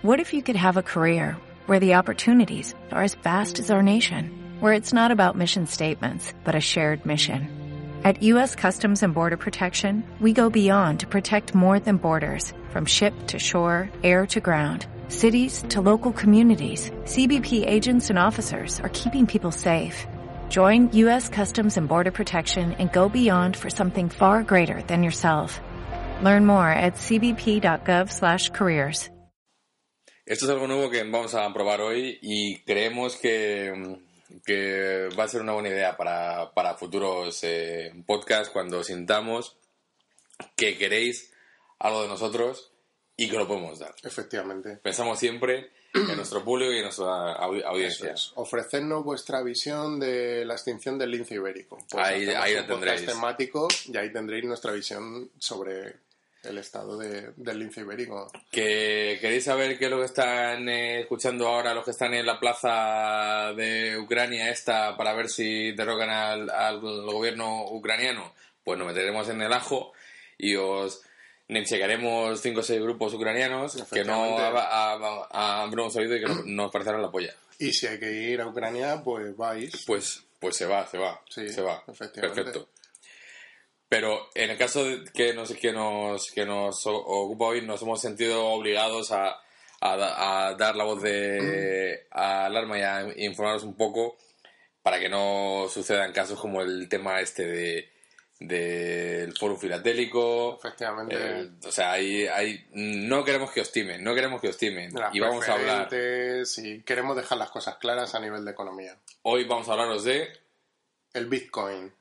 What if you could have a career where the opportunities are as vast as our nation, where it's not about mission statements, but a shared mission? At U.S. Customs and Border Protection, we go beyond to protect more than borders, from ship to shore, air to ground, cities to local communities. CBP agents and officers are keeping people safe. Join U.S. Customs and Border Protection and go beyond for something far greater than yourself. Learn more at cbp.gov/careers. Esto es algo nuevo que vamos a probar hoy y creemos que va a ser una buena idea para futuros podcasts cuando sintamos que queréis algo de nosotros y que lo podemos dar. Efectivamente. Pensamos siempre en nuestro público y en nuestra audiencia. Eso es. Ofrecernos vuestra visión de la extinción del lince ibérico. Pues ahí la tendréis. Temático, y ahí tendréis nuestra visión sobre el estado del lince ibérico. ¿Que queréis saber qué es lo que están escuchando ahora los que están en la plaza de Ucrania esta para ver si derrocan al gobierno ucraniano? Pues nos meteremos en el ajo y os checaremos 5 o 6 grupos ucranianos que no habremos oído y que nos parecerán la polla. Y si hay que ir a Ucrania, pues vais. Pues se va. Sí, se va. Efectivamente. Perfecto. Pero en el caso de que nos ocupa hoy, nos hemos sentido obligados a dar la voz de alarma y a informaros un poco para que no sucedan casos como el tema este del Fórum Filatélico. Efectivamente. O sea, no queremos que os timen. Y vamos a hablar. Y queremos dejar las cosas claras a nivel de economía. Hoy vamos a hablaros de el Bitcoin.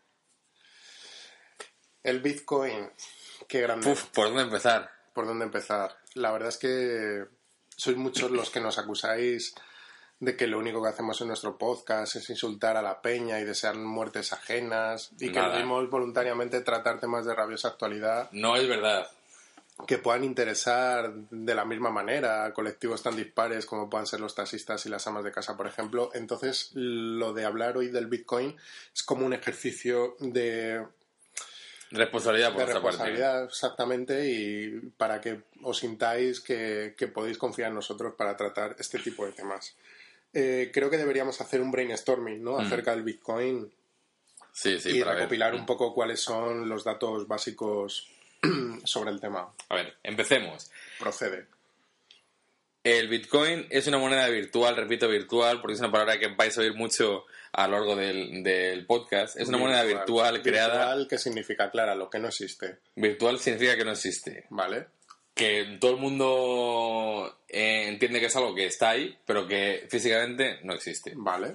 El Bitcoin, qué grande. ¿Por dónde empezar? La verdad es que sois muchos los que nos acusáis de que lo único que hacemos en nuestro podcast es insultar a la peña y desear muertes ajenas y que queremos voluntariamente tratar temas de rabiosa actualidad. No es verdad. Que puedan interesar de la misma manera a colectivos tan dispares como puedan ser los taxistas y las amas de casa, por ejemplo. Entonces, lo de hablar hoy del Bitcoin es como un ejercicio de responsabilidad por nuestra parte. Exactamente, y para que os sintáis que podéis confiar en nosotros para tratar este tipo de temas. Creo que deberíamos hacer un brainstorming, ¿no? Acerca del Bitcoin. Sí, y recopilar un poco cuáles son los datos básicos sobre el tema. A ver, empecemos. Procede. El Bitcoin es una moneda virtual, repito, virtual, porque es una palabra que vais a oír mucho a lo largo del podcast. Es una moneda virtual creada... ¿Virtual qué significa? Clara, lo que no existe. Virtual significa que no existe. Vale. Que todo el mundo entiende que es algo que está ahí, pero que físicamente no existe. Vale.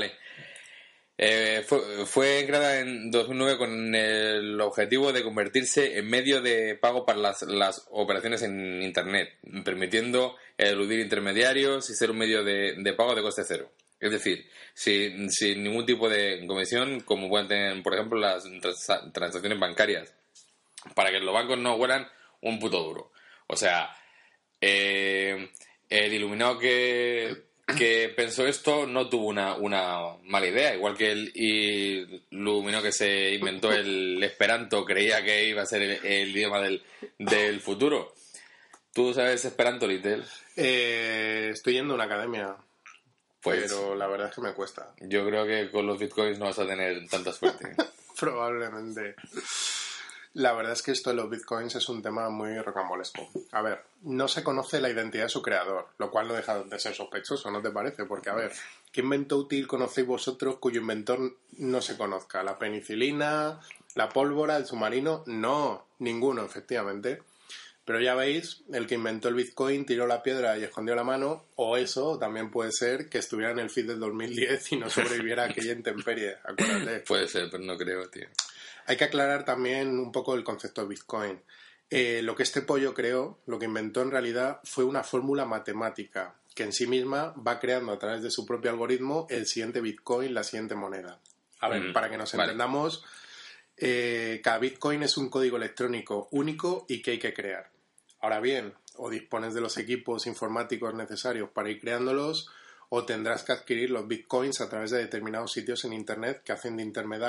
Fue creada en 2009 con el objetivo de convertirse en medio de pago para las operaciones en Internet, permitiendo eludir intermediarios y ser un medio de pago de coste cero. Es decir, sin ningún tipo de comisión, como pueden tener, por ejemplo, las transacciones bancarias, para que los bancos no huelan un puto duro. O sea, el iluminado que pensó esto no tuvo una mala idea, igual que el iluminado que se inventó el Esperanto creía que iba a ser el idioma del futuro. ¿Tú sabes Esperanto, Little? Estoy yendo a una academia, pero la verdad es que me cuesta. Yo creo que con los bitcoins no vas a tener tanta suerte. Probablemente. La verdad es que esto de los bitcoins es un tema muy rocambolesco. A ver, no se conoce la identidad de su creador, lo cual no deja de ser sospechoso, ¿no te parece? Porque, a ver, ¿qué invento útil conocéis vosotros cuyo inventor no se conozca? ¿La penicilina? ¿La pólvora? ¿El submarino? No, ninguno, efectivamente. Pero ya veis, el que inventó el Bitcoin tiró la piedra y escondió la mano, o eso también puede ser que estuviera en el feed del 2010 y no sobreviviera a aquella intemperie, acuérdate. Puede ser, pero no creo, tío. Hay que aclarar también un poco el concepto de Bitcoin. Lo que este pollo creó, lo que inventó en realidad, fue una fórmula matemática que en sí misma va creando a través de su propio algoritmo el siguiente Bitcoin, la siguiente moneda. A ver, para que nos entendamos, cada Bitcoin es un código electrónico único y que hay que crear. Ahora bien, o dispones de los equipos informáticos necesarios para ir creándolos, o tendrás que adquirir los bitcoins a través de determinados sitios en Internet que hacen de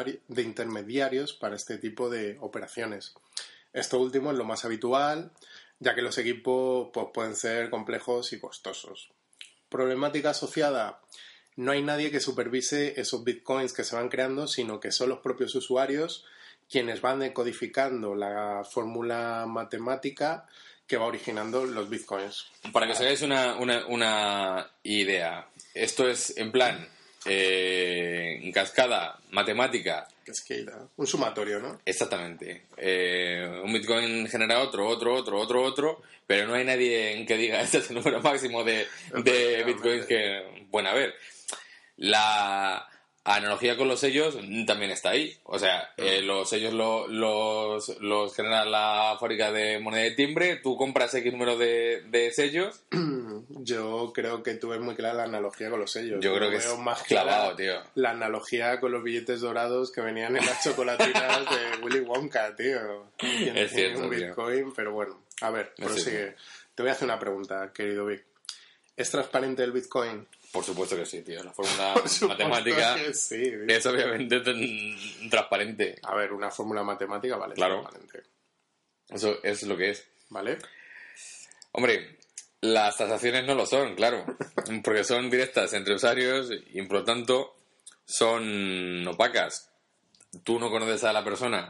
intermediarios para este tipo de operaciones. Esto último es lo más habitual, ya que los equipos pues, pueden ser complejos y costosos. Problemática asociada: no hay nadie que supervise esos bitcoins que se van creando, sino que son los propios usuarios quienes van decodificando la fórmula matemática que va originando los bitcoins. Para que os hagáis una idea, esto es en plan en cascada matemática. Cascada. Un sumatorio, ¿no? Exactamente. Un bitcoin genera otro, pero no hay nadie que diga este es el número máximo de bitcoins que... Bueno, a ver, la analogía con los sellos también está ahí. O sea, los sellos los genera la fábrica de moneda de timbre, tú compras X número de sellos. Yo creo que tú ves muy clara la analogía con los sellos. Yo creo que es más clavado, tío. La analogía con los billetes dorados que venían en las chocolatinas de Willy Wonka, tío. Es cierto, un Bitcoin, tío. pero bueno. A ver, prosigue. Te voy a hacer una pregunta, querido Vic. ¿Es transparente el Bitcoin? Por supuesto que sí, tío. La fórmula matemática sí, es obviamente transparente. A ver, una fórmula matemática, vale. Claro. Transparente. Eso es lo que es. ¿Vale? Hombre, las transacciones no lo son, claro. Porque son directas entre usuarios y por lo tanto son opacas. Tú no conoces a la persona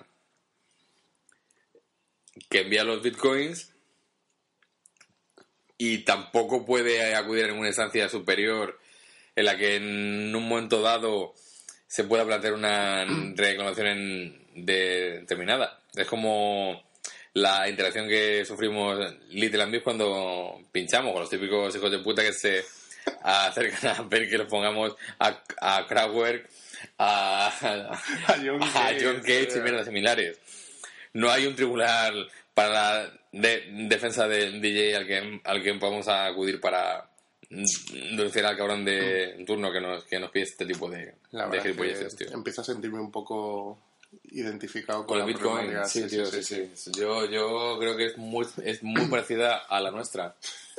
que envía los bitcoins y tampoco puede acudir a ninguna instancia superior en la que en un momento dado se pueda plantear una reclamación determinada. Es como la interacción que sufrimos Little and Big cuando pinchamos con los típicos hijos de puta que se acercan a ver que los pongamos a Kraftwerk, a John Cage y mierdas similares. No hay un tribunal para la defensa del DJ al que podamos acudir para denunciar al cabrón de turno que nos pide este tipo de gilipolleces, tío. Empiezo a sentirme un poco identificado con el Bitcoin. Sí, tío, sí. Yo creo que es muy parecida a la nuestra.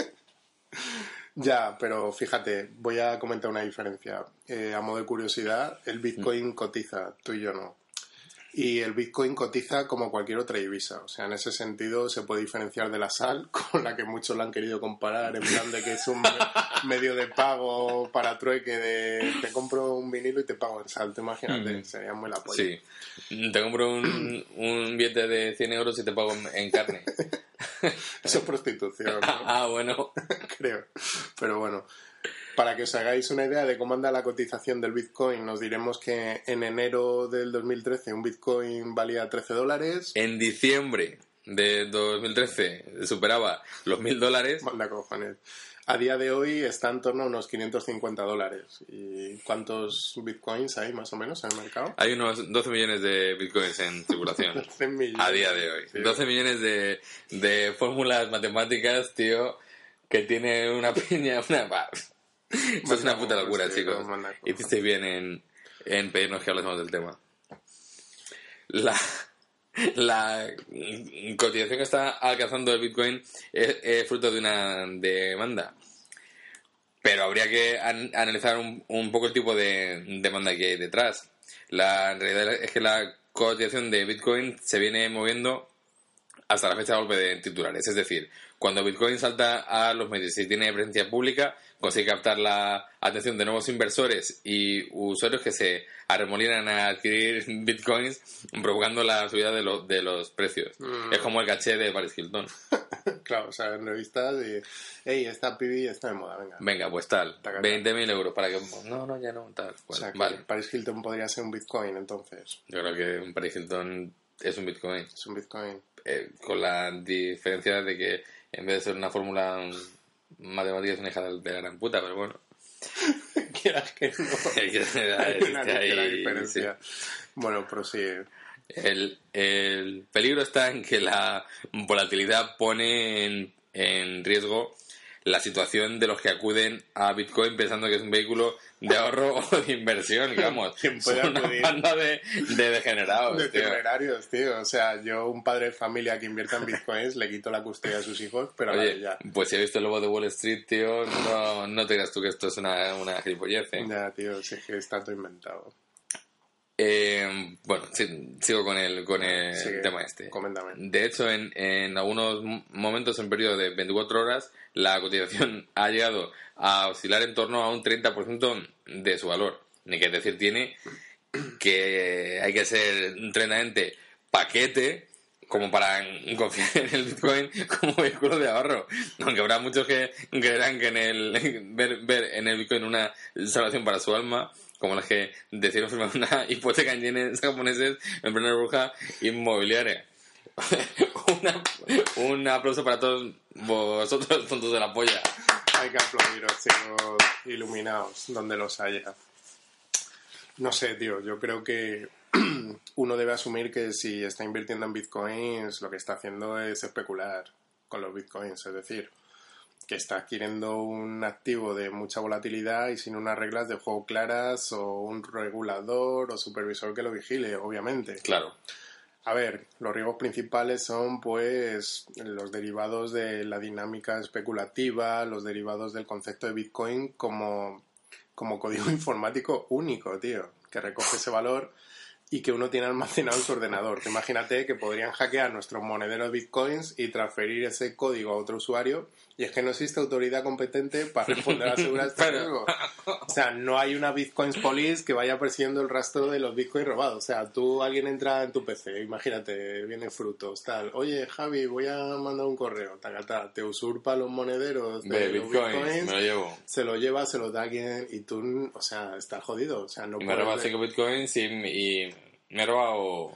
Ya, pero fíjate, voy a comentar una diferencia. A modo de curiosidad, el Bitcoin cotiza, tú y yo no. Y el Bitcoin cotiza como cualquier otra divisa. O sea, en ese sentido se puede diferenciar de la sal, con la que muchos la han querido comparar, en plan de que es un medio de pago para trueque de te compro un vinilo y te pago en sal. Te imagínate, sería muy la polla. Sí, te compro un billete de 100 euros y te pago en carne. Eso es prostitución, ¿no? Bueno. Creo. Pero bueno. Para que os hagáis una idea de cómo anda la cotización del Bitcoin, nos diremos que en enero del 2013 un Bitcoin valía $13. En diciembre de 2013 superaba los $1.000. Manda cojones. A día de hoy está en torno a unos $550. ¿Y cuántos Bitcoins hay más o menos en el mercado? Hay unos 12 millones de Bitcoins en circulación. 12 millones. A día de hoy. Sí. 12 millones de fórmulas matemáticas, tío, que tiene una piña, Eso es una puta locura, chicos. Hicisteis bien en pedirnos que hablemos del tema. La cotización que está alcanzando el Bitcoin es fruto de una demanda. Pero habría que analizar un poco el tipo de demanda que hay detrás. La realidad es que la cotización de Bitcoin se viene moviendo hasta la fecha de golpe de titulares. Es decir, cuando Bitcoin salta a los medios y tiene presencia pública, consigue captar la atención de nuevos inversores y usuarios que se arremolinan a adquirir Bitcoins, provocando la subida de los precios. Es como el caché de Paris Hilton. Claro, o sea, en revistas y... Ey, esta pibi está de moda, venga. Venga, pues tal, 20.000 euros para que... No, ya no, tal. Bueno, o sea, que vale. Paris Hilton podría ser un Bitcoin, entonces. Yo creo que un Paris Hilton es un Bitcoin. Es un Bitcoin. Con la diferencia de que en vez de ser una fórmula matemática es una hija de la gran puta, pero bueno. Quieras que no. Hay una ligera diferencia. Sí. Bueno, prosigue. El peligro está en que la volatilidad pone en riesgo la situación de los que acuden a Bitcoin pensando que es un vehículo de ahorro o de inversión, digamos. ¿Quién puede Son acudir? Una banda de degenerados, de tío. temerarios, tío. O sea, yo, un padre de familia que invierta en Bitcoins, le quito la custodia a sus hijos, pero oye, ya. Pues si he visto el lobo de Wall Street, tío, no te digas tú que esto es una gilipollez, ¿eh? Ya, tío, sí que está todo inventado. Bueno, sí, sigo con el tema este. Coméntame. De hecho, en algunos momentos en periodo de 24 horas, la cotización ha llegado a oscilar en torno a un 30% de su valor. Ni que decir tiene que hay que ser tremendamente paquete como para confiar en el Bitcoin como vehículo de ahorro. Aunque habrá muchos que creerán que ver en el Bitcoin una salvación para su alma, como las que decidieron firmar una hipoteca en yenes japoneses en plena burbuja inmobiliaria. Un aplauso para todos vosotros, tontos de la polla. Hay que aplaudiros, chicos iluminados, donde los haya. No sé, tío, yo creo que uno debe asumir que si está invirtiendo en bitcoins, lo que está haciendo es especular con los bitcoins, es decir, que está adquiriendo un activo de mucha volatilidad y sin unas reglas de juego claras o un regulador o supervisor que lo vigile, obviamente. Claro. A ver, los riesgos principales son, pues, los derivados de la dinámica especulativa, los derivados del concepto de Bitcoin como código informático único, tío, que recoge ese valor y que uno tiene almacenado en su ordenador. Tú imagínate que podrían hackear nuestro monedero de bitcoins y transferir ese código a otro usuario, y es que no existe autoridad competente para responder a asegurar este riesgo. O sea, no hay una Bitcoins Police que vaya persiguiendo el rastro de los bitcoins robados. O sea, alguien entra en tu PC, imagínate, viene Frutos, tal. Oye, Javi, voy a mandar un correo, te usurpa los monederos de los bitcoins, me lo llevo. se lo lleva, se lo da a alguien y tú, o sea, estás jodido. O sea, no me roba 5 bitcoins y me ha robado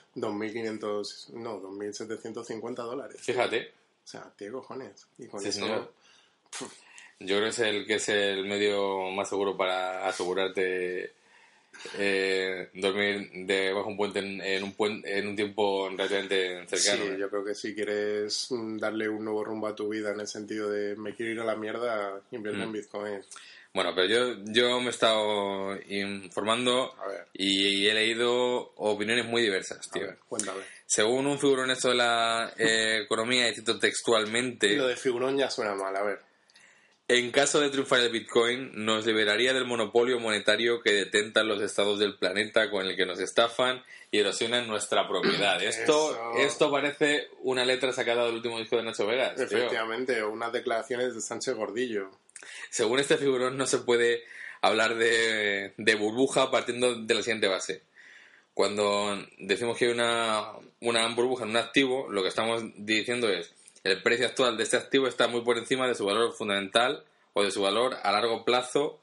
2.750 dólares. Fíjate. O sea, tío, cojones. Y con sí, eso... señor. Yo creo que es el medio más seguro para asegurarte dormir debajo de un puente en un tiempo relativamente cercano. Sí, yo creo que si quieres darle un nuevo rumbo a tu vida en el sentido de me quiero ir a la mierda, invierte en Bitcoin. Bueno, pero yo me he estado informando y he leído opiniones muy diversas, tío. A ver, cuéntame. Según un figurón esto de la economía, y cito textualmente... Lo de figurón ya suena mal, a ver. En caso de triunfar el Bitcoin, nos liberaría del monopolio monetario que detentan los estados del planeta con el que nos estafan y erosionan nuestra propiedad. Esto parece una letra sacada del último disco de Nacho Vegas. Efectivamente, tío. O unas declaraciones de Sánchez Gordillo. Según este figurón, no se puede hablar de burbuja partiendo de la siguiente base. Cuando decimos que hay una burbuja en un activo, lo que estamos diciendo es el precio actual de este activo está muy por encima de su valor fundamental o de su valor a largo plazo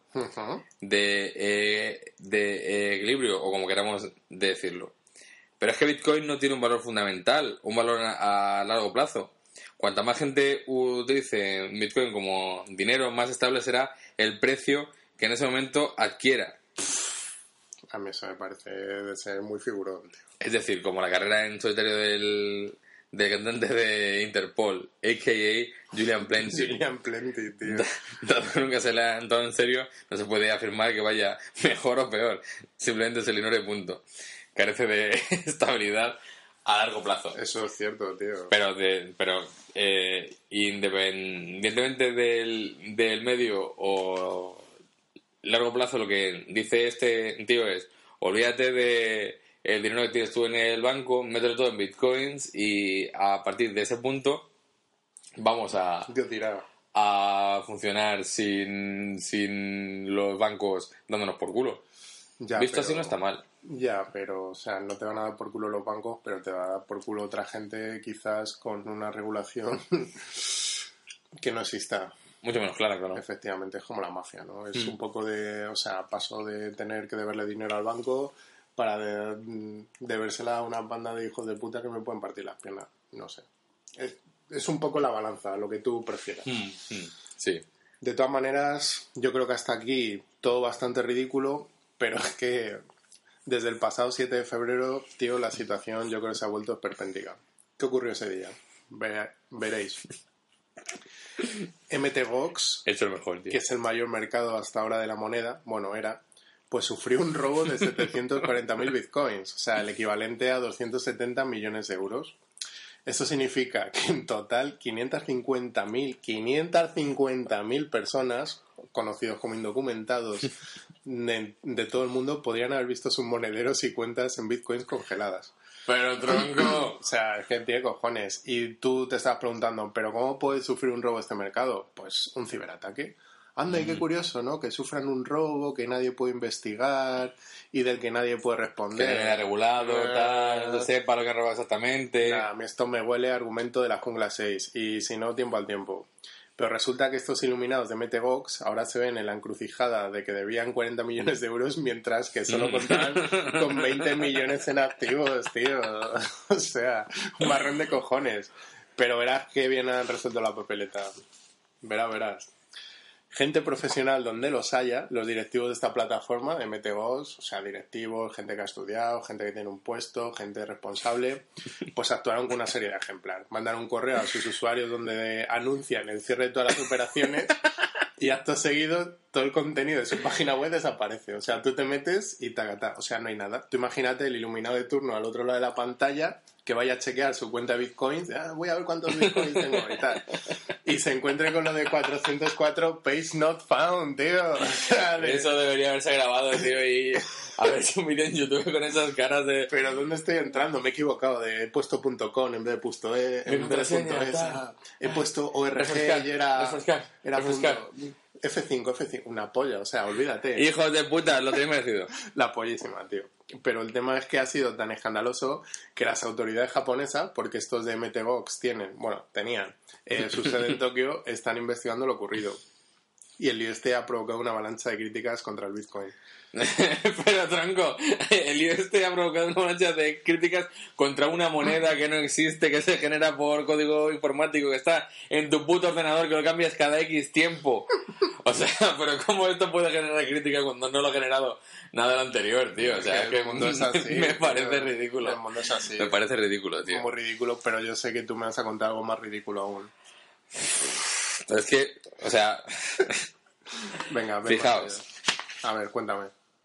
de equilibrio, o como queramos decirlo. Pero es que Bitcoin no tiene un valor fundamental, un valor a largo plazo. Cuanta más gente utilice Bitcoin como dinero, más estable será el precio que en ese momento adquiera. A mí eso me parece de ser muy figurón, tío. Es decir, como la carrera en solitario del cantante de Interpol, a.k.a. Julian Plenty. Julian Plenty, tío. Dado que nunca se le ha entrado en serio, no se puede afirmar que vaya mejor o peor. Simplemente se le ignora y punto. Carece de estabilidad a largo plazo. Eso es cierto, tío. Pero independientemente del medio o largo plazo, lo que dice este tío es: olvídate de el dinero que tienes tú en el banco, mételo todo en bitcoins y a partir de ese punto vamos a funcionar sin los bancos dándonos por culo. Visto así no está mal. Ya, pero, o sea, no te van a dar por culo los bancos, pero te va a dar por culo otra gente quizás con una regulación que no exista. Mucho menos clara, claro. Efectivamente, es como la mafia, ¿no? Es un poco de, o sea, paso de tener que deberle dinero al banco para debérsela a una banda de hijos de puta que me pueden partir las piernas. No sé. Es un poco la balanza, lo que tú prefieras. Sí. De todas maneras, yo creo que hasta aquí todo bastante ridículo, pero es que desde el pasado 7 de febrero, tío, la situación yo creo que se ha vuelto esperpéntica. ¿Qué ocurrió ese día? Veréis. MTGOX, es el mejor, tío, que es el mayor mercado hasta ahora de la moneda, bueno, era, pues sufrió un robo de 740.000 bitcoins, o sea, el equivalente a 270 millones de euros. Eso significa que en total 550.000 personas, conocidos como indocumentados, de todo el mundo podrían haber visto sus monederos y cuentas en bitcoins congeladas. Pero tronco... O sea, es que tiene cojones. Y tú te estás preguntando, ¿pero cómo puede sufrir un robo este mercado? Pues un ciberataque. Anda, y qué curioso, ¿no? Que sufran un robo, que nadie puede investigar y del que nadie puede responder. Que no haya regulado, tal, no sepa lo que ha robado exactamente. Nah, esto me huele a argumento de la jungla 6 y si no, tiempo al tiempo. Pero resulta que estos iluminados de MTGOX ahora se ven en la encrucijada de que debían 40 millones de euros mientras que solo contaban con 20 millones en activos, tío. O sea, un marrón de cojones. Pero verás qué bien han resuelto la papeleta. Verás. Gente profesional donde los haya, los directivos de esta plataforma, de MTGOX, o sea, directivos, gente que ha estudiado, gente que tiene un puesto, gente responsable, pues actuaron con una serie de ejemplar. Mandaron un correo a sus usuarios donde anuncian el cierre de todas las operaciones y acto seguido todo el contenido de su página web desaparece. O sea, tú te metes y tagata. O sea, no hay nada. Tú imagínate el iluminado de turno al otro lado de la pantalla que vaya a chequear su cuenta de bitcoins. Voy a ver cuántos bitcoins tengo y tal. Y se encuentre con lo de 404 page not found, tío. O sea, Eso debería haberse grabado, tío, y a ver si un vídeo en YouTube con esas caras de... Pero ¿dónde estoy entrando? Me he equivocado. He puesto .com en vez de puesto .es. He puesto .org y era... Refrescar. F5, una polla, o sea, olvídate. Hijos de puta, lo tenéis merecido. La pollísima, tío. Pero el tema es que ha sido tan escandaloso que las autoridades japonesas, porque estos de MTGOX tenían su sede en Tokio, están investigando lo ocurrido. Y el lío este ha provocado una avalancha de críticas contra el Bitcoin. Pero tronco, el lío este ha provocado una avalancha de críticas contra una moneda que no existe, que se genera por código informático, que está en tu puto ordenador, que lo cambias cada X tiempo. O sea, pero ¿cómo esto puede generar crítica cuando no lo ha generado nada del anterior, tío? O sea, es que el mundo es así. Me parece ridículo. El mundo es así. Me parece ridículo, tío. Muy ridículo, pero yo sé que tú me vas a contar algo más ridículo aún. Es que, o sea... Venga, fijaos. A ver, cuéntame.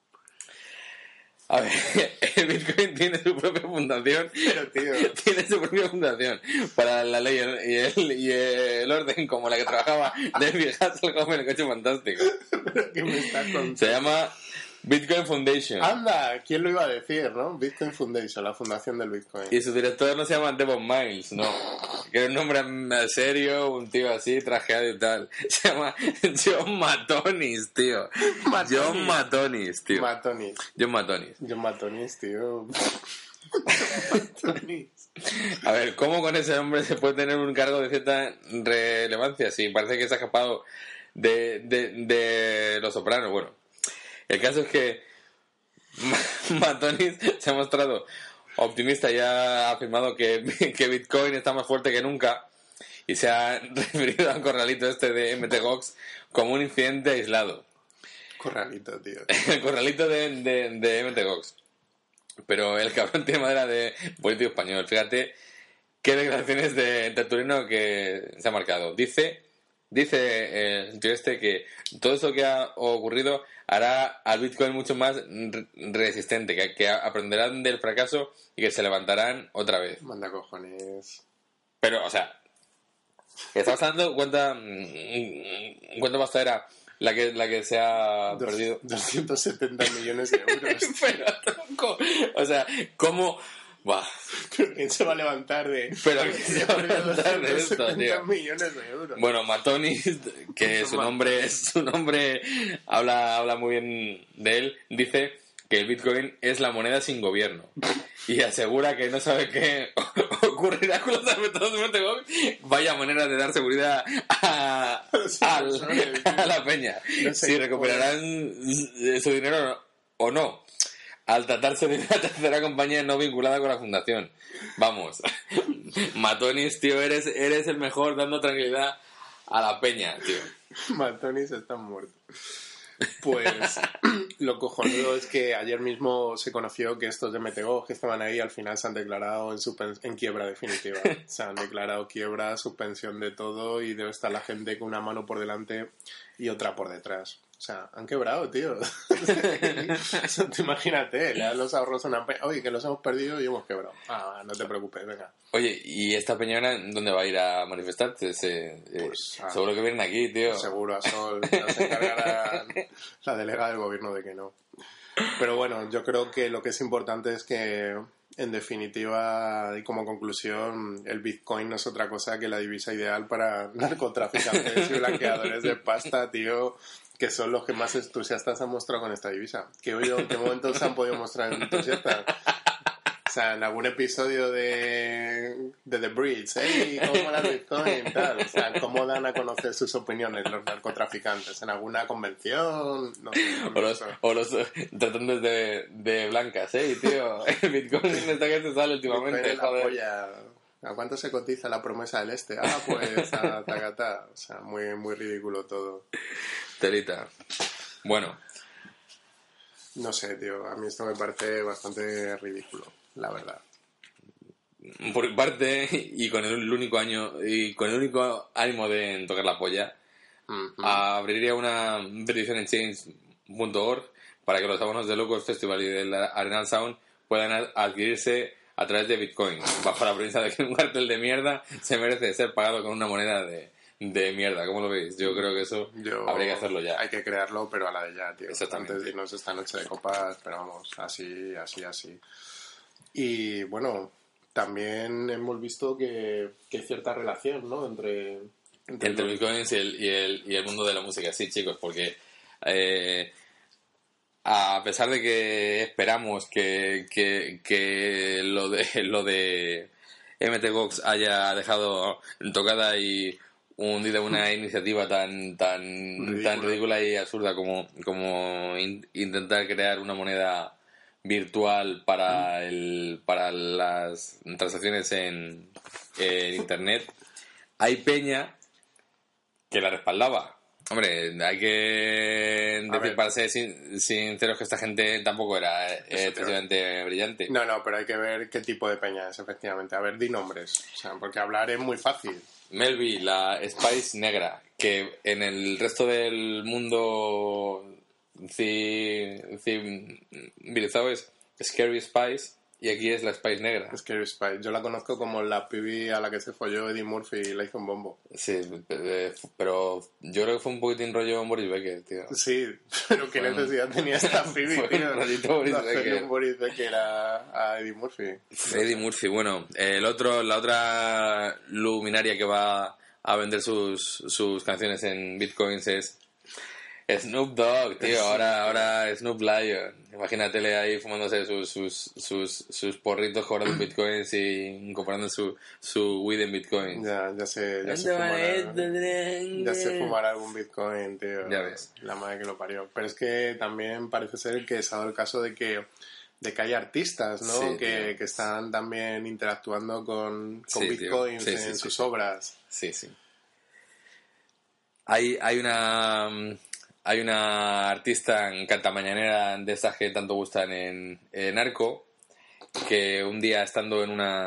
A ver, el Bitcoin tiene su propia fundación. Pero, tío... Tiene su propia fundación para la ley y el orden, como la que trabajaba David Hasselhoff en el coche fantástico. ¿Qué me estás contando? Se llama Bitcoin Foundation. ¡Anda! ¿Quién lo iba a decir, no? Bitcoin Foundation, la fundación del Bitcoin. Y su director no se llama Devon Miles, no. Que es un nombre serio, un tío así, trajeado y tal. Se llama John Matonis, tío. John Matonis, tío. John Matonis, tío. A ver, ¿cómo con ese nombre se puede tener un cargo de cierta relevancia? Sí, parece que se ha escapado de Los Sopranos. Bueno, el caso es que Matonis se ha mostrado optimista y ha afirmado que Bitcoin está más fuerte que nunca y se ha referido al corralito este de MTGOX como un incidente aislado. Corralito, tío. El corralito de MTGOX. Pero el cabrón tiene madera de político español. Fíjate qué declaraciones de Tertuliano que se ha marcado. Dice el tío este que todo eso que ha ocurrido hará al Bitcoin mucho más resistente, que aprenderán del fracaso y que se levantarán otra vez. Manda cojones. Pero, o sea, ¿estás dando cuánta pasta era la que se ha perdido? 270 millones de euros. Pero, tronco, o sea, ¿cómo...? Buah. ¿Pero quién se va a levantar de...? Pero ¿quién se va a levantar de esto, tío? millones de euros. Bueno, Matonis, que su nombre habla muy bien de él, dice que el Bitcoin es la moneda sin gobierno. Y asegura que no sabe qué ocurrirá con los afectados de MTGOX. Vaya manera de dar seguridad a la peña. No sé si recuperarán su dinero o no. Al tratarse de una tercera compañía no vinculada con la fundación. Vamos. Matonis, tío, eres el mejor dando tranquilidad a la peña, tío. Matonis está muerto. Pues lo cojonudo es que ayer mismo se conoció que estos de MTGOX que estaban ahí al final se han declarado en quiebra definitiva. Se han declarado quiebra, suspensión de todo y debe estar la gente con una mano por delante y otra por detrás. O sea, han quebrado, tío. Eso, tú imagínate, le dan los ahorros a una peña. Oye, que los hemos perdido y hemos quebrado. No te preocupes, venga. Oye, ¿y esta peñona dónde va a ir a manifestarse? Seguro que vienen aquí, tío. Seguro, a Sol. Ya se encargará la delegada del gobierno de que no. Pero bueno, yo creo que lo que es importante es que, en definitiva, y como conclusión, el Bitcoin no es otra cosa que la divisa ideal para narcotraficantes y blanqueadores de pasta, tío, que son los que más entusiastas han mostrado con esta divisa. ¿Qué momento se han podido mostrar entusiastas? O sea, en algún episodio de The Bridge, ¿eh? ¿Cómo la Bitcoin? Tal. O sea, ¿cómo dan a conocer sus opiniones los narcotraficantes? ¿En alguna convención? No sé. O los tratantes de blancas, ¿eh? Tío, el Bitcoin está que se sale últimamente, joder. ¿A cuánto se cotiza la promesa del este? Pues a Tagata. O sea, muy, muy ridículo todo. Telita. Bueno. No sé, tío. A mí esto me parece bastante ridículo, la verdad. Por mi parte, y con el único ánimo de tocar la polla, abriría una petición en change.org para que los abonos de Locos Festival y del Arenal Sound puedan adquirirse a través de Bitcoin, bajo la premisa de que un cartel de mierda se merece ser pagado con una moneda de mierda. ¿Cómo lo veis? Yo creo que eso habría que hacerlo ya. Hay que crearlo, pero a la de ya, tío. Exactamente. Antes de irnos esta noche de copas, pero vamos, así. Y bueno, también hemos visto que hay cierta relación, ¿no? Entre el Bitcoin y el mundo de la música, sí, chicos, porque a pesar de que esperamos que lo de MT Gox haya dejado tocada y hundida una iniciativa tan ridícula y absurda como intentar crear una moneda virtual para las transacciones en internet, hay peña que la respaldaba. Hombre, hay que decir, para ser sinceros, que esta gente tampoco era excesivamente brillante. No, pero hay que ver qué tipo de peña es, efectivamente. A ver, di nombres. O sea, porque hablar es muy fácil. Melvi, la Spice negra, que en el resto del mundo civilizado es Scary Spice, y aquí es la Spice negra. Scary Spice. Yo la conozco como la pibi a la que se folló Eddie Murphy y la hizo un bombo. Sí, pero yo creo que fue un poquitín rollo Boris Becker, tío. Sí, pero qué necesidad tenía esta pibi, tío. Un rollito Boris Becker. Un Boris Becker a Eddie Murphy. Eddie Murphy, bueno. La otra luminaria que va a vender sus canciones en bitcoins es Snoop Dogg, tío. Ahora Snoop Lion. Imagínatele ahí fumándose sus porritos cobrando bitcoins y comprando su weed en bitcoins. Ya se fumará algún bitcoin, tío. Ya ves. La madre que lo parió. Pero es que también parece ser que se ha dado el caso de que hay artistas, ¿no? Sí, que están también interactuando con sí, bitcoins en sus obras. Sí. Hay una artista en cantamañanera de estas que tanto gustan en Narco, que un día estando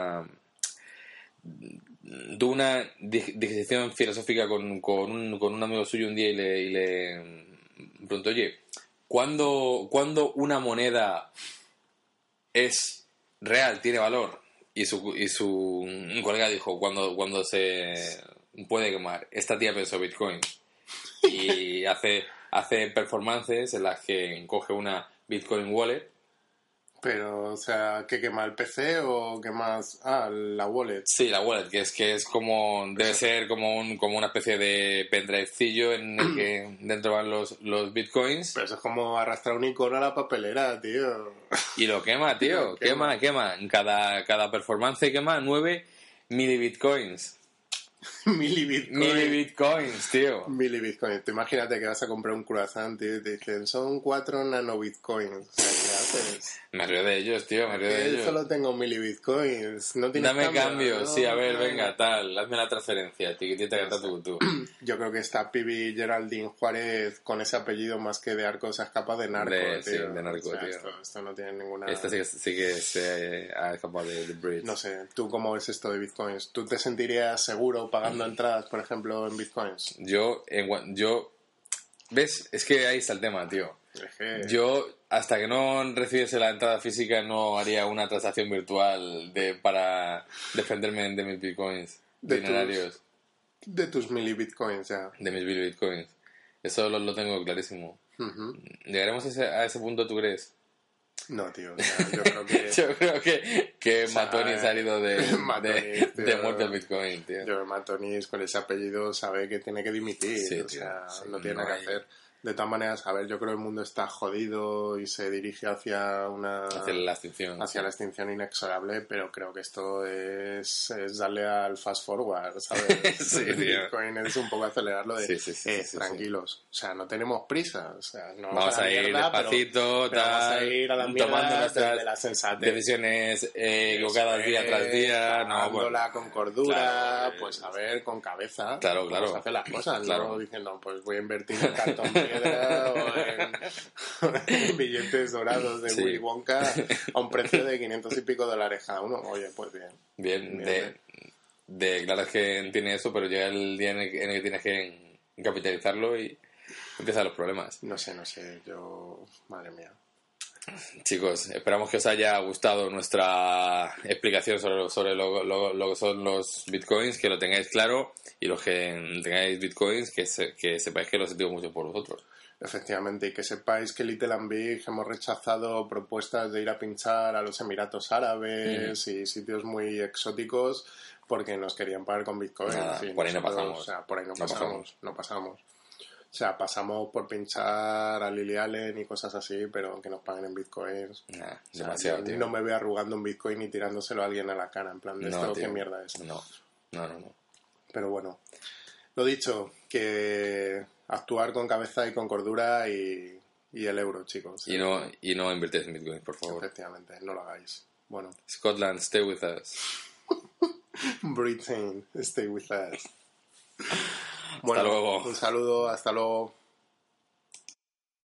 tuvo una discusión filosófica con un amigo suyo un día y le preguntó, oye, ¿cuándo una moneda es real, tiene valor? Y su colega dijo, cuando se puede quemar. Esta tía pensó Bitcoin y hace performances en las que coge una Bitcoin Wallet. Pero, o sea, ¿qué quema el PC o qué más? La wallet. Sí, la wallet, que es como, debe ser como una especie de pendrivecillo en el que dentro van los bitcoins. Pero eso es como arrastrar un icono a la papelera, tío. Y lo quema, tío, quema. Cada performance quema 9 milibitcoins. Milibitcoins, tío. Milibitcoins. Tú imagínate que vas a comprar un croissant, tío, y te dicen, son 4 nanobitcoins. O sea, ¿qué haces? Me río de ellos, tío, Yo solo tengo milibitcoins. ¿No tienes Dame cambio, ¿no? Sí, a ver, venga, tal. Hazme la transferencia, tiquitita, gata, tú. Yo creo que esta pibi Geraldine Juárez con ese apellido más que de Arco se escapa de Narco, tío. Sí, de Narco, o sea, tío. Esto no tiene ninguna... Esta sí que se ha escapado de The Bridge. No sé, ¿tú cómo ves esto de bitcoins? ¿Tú te sentirías seguro pagando entradas, por ejemplo, en bitcoins? Yo ¿Ves? Es que ahí está el tema, tío. Es que... Yo, hasta que no recibiese la entrada física, no haría una transacción virtual para defenderme de mis bitcoins dinerarios. De tus milibitcoins ya. De mis bitcoins. Eso lo tengo clarísimo. Uh-huh. ¿Llegaremos a ese punto, tú crees? No, tío. O sea, yo creo que... Yo creo que O sea, Matonis ha salido de muerte al bitcoin, tío. Yo, Matonis, con ese apellido, sabe que tiene que dimitir. Sí, o sea, sí, no tiene nada que hacer. De todas maneras, a ver, yo creo que el mundo está jodido y se dirige hacia la extinción. Hacia la extinción inexorable, pero creo que esto es darle al fast forward, ¿sabes? Sí, el tío. Bitcoin es un poco acelerarlo de Sí, tranquilos. O sea, no tenemos prisa. O sea, no vamos a ir mierda, despacito, pero vamos a tal, ir a la mierda tomando nuestras de la sensatez. decisiones equivocadas día tras día. Tomándola con cordura, claro, pues a ver, con cabeza. Claro. Vamos a hacer las cosas, Claro. no diciendo, pues voy a invertir en cartón piedra o en billetes dorados de Willy Wonka a un precio de 500 y pico dólares cada uno. Oye, pues bien. Bien. Claro que tiene eso, pero llega el día en el que tienes que capitalizarlo y empiezan los problemas. No sé, yo... Madre mía. Chicos, esperamos que os haya gustado nuestra explicación sobre lo que son los bitcoins, que lo tengáis claro, y los que tengáis bitcoins, que sepáis que lo sentimos mucho por vosotros. Efectivamente, y que sepáis que Little and Big hemos rechazado propuestas de ir a pinchar a los Emiratos Árabes y sitios muy exóticos porque nos querían pagar con Bitcoin. Nada, Sí, por ahí no pasamos. O sea, por ahí no pasamos. O sea, pasamos por pinchar a Lily Allen y cosas así, pero que nos paguen en bitcoins. Nah, O sea, demasiado, tío. no me veo arrugando un bitcoin y tirándoselo a alguien a la cara, en plan, de esto, tío. ¿qué mierda es? No. Pero bueno, lo dicho, que actuar con cabeza y con cordura y el euro, chicos. Y no invirtáis en bitcoins, por favor. Efectivamente, no lo hagáis. Bueno. Scotland, stay with us. Britain, stay with us. Hasta luego. Un saludo, hasta luego.